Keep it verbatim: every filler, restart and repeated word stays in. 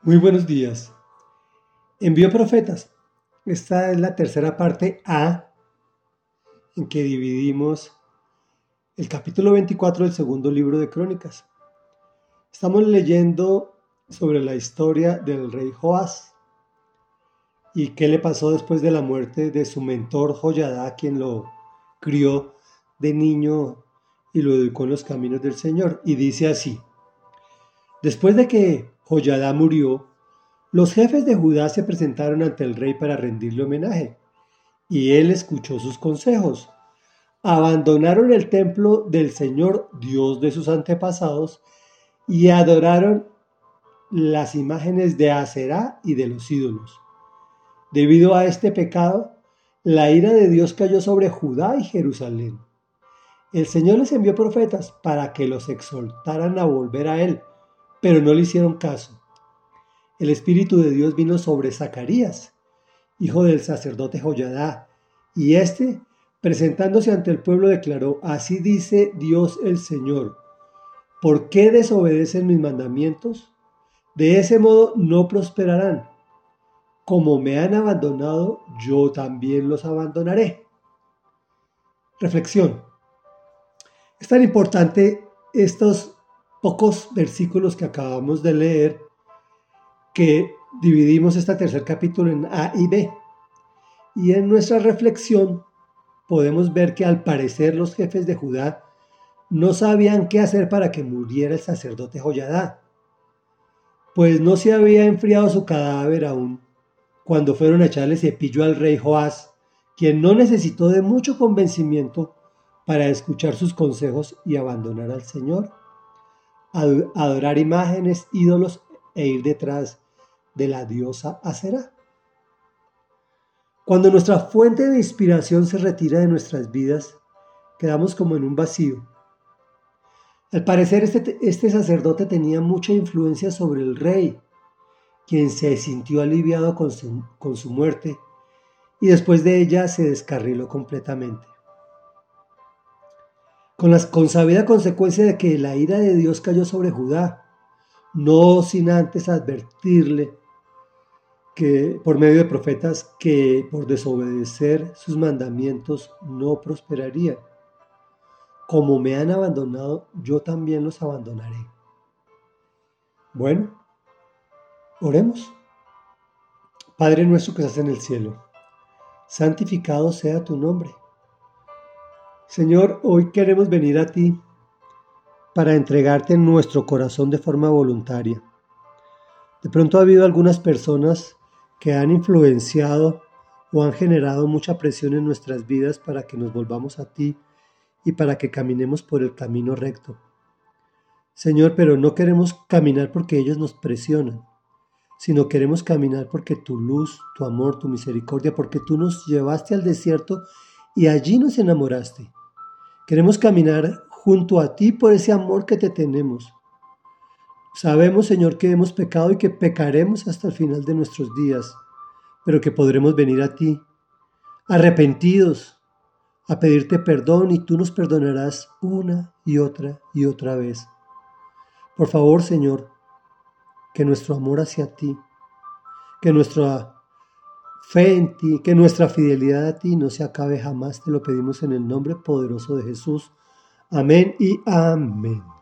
Muy buenos días. Envió profetas. Esta es la tercera parte A en que dividimos el capítulo veinticuatro del segundo libro de Crónicas. Estamos leyendo sobre la historia del rey Joás y qué le pasó después de la muerte de su mentor Joyadá, quien lo crió de niño y lo educó en los caminos del Señor. Y dice así: después de que Joyadá murió, los jefes de Judá se presentaron ante el rey para rendirle homenaje, y él escuchó sus consejos. Abandonaron el templo del Señor, Dios de sus antepasados, y adoraron las imágenes de Aserá y de los ídolos. Debido a este pecado, la ira de Dios cayó sobre Judá y Jerusalén. El Señor les envió profetas para que los exhortaran a volver a Él, pero no le hicieron caso. El Espíritu de Dios vino sobre Zacarías, hijo del sacerdote Joyadá, y éste, presentándose ante el pueblo, declaró: así dice Dios el Señor, ¿por qué desobedecen mis mandamientos? De ese modo no prosperarán. Como me han abandonado, yo también los abandonaré. Reflexión. Es tan importante estos pocos versículos que acabamos de leer que dividimos este tercer capítulo en A y B. Y en nuestra reflexión podemos ver que al parecer los jefes de Judá no sabían qué hacer para que muriera el sacerdote Joyadá, pues no se había enfriado su cadáver aún cuando fueron a echarle cepillo al rey Joás, quien no necesitó de mucho convencimiento para escuchar sus consejos y abandonar al Señor, adorar imágenes, ídolos e ir detrás de la diosa Aserá. Cuando nuestra fuente de inspiración se retira de nuestras vidas, quedamos como en un vacío. Al parecer este, este sacerdote tenía mucha influencia sobre el rey, quien se sintió aliviado con su, con su muerte y después de ella se descarriló completamente. Con la consabida consecuencia de que la ira de Dios cayó sobre Judá, no sin antes advertirle que por medio de profetas que por desobedecer sus mandamientos no prosperaría. Como me han abandonado, yo también los abandonaré. Bueno, oremos. Padre nuestro que estás en el cielo, santificado sea tu nombre. Señor, hoy queremos venir a ti para entregarte nuestro corazón de forma voluntaria. De pronto ha habido algunas personas que han influenciado o han generado mucha presión en nuestras vidas para que nos volvamos a ti y para que caminemos por el camino recto. Señor, pero no queremos caminar porque ellos nos presionan, sino queremos caminar porque tu luz, tu amor, tu misericordia, porque tú nos llevaste al desierto y allí nos enamoraste. Queremos caminar junto a ti por ese amor que te tenemos. Sabemos, Señor, que hemos pecado y que pecaremos hasta el final de nuestros días, pero que podremos venir a ti, arrepentidos, a pedirte perdón y tú nos perdonarás una y otra y otra vez. Por favor, Señor, que nuestro amor hacia ti, que nuestra fe en ti, que nuestra fidelidad a ti no se acabe jamás, te lo pedimos en el nombre poderoso de Jesús. Amén y amén.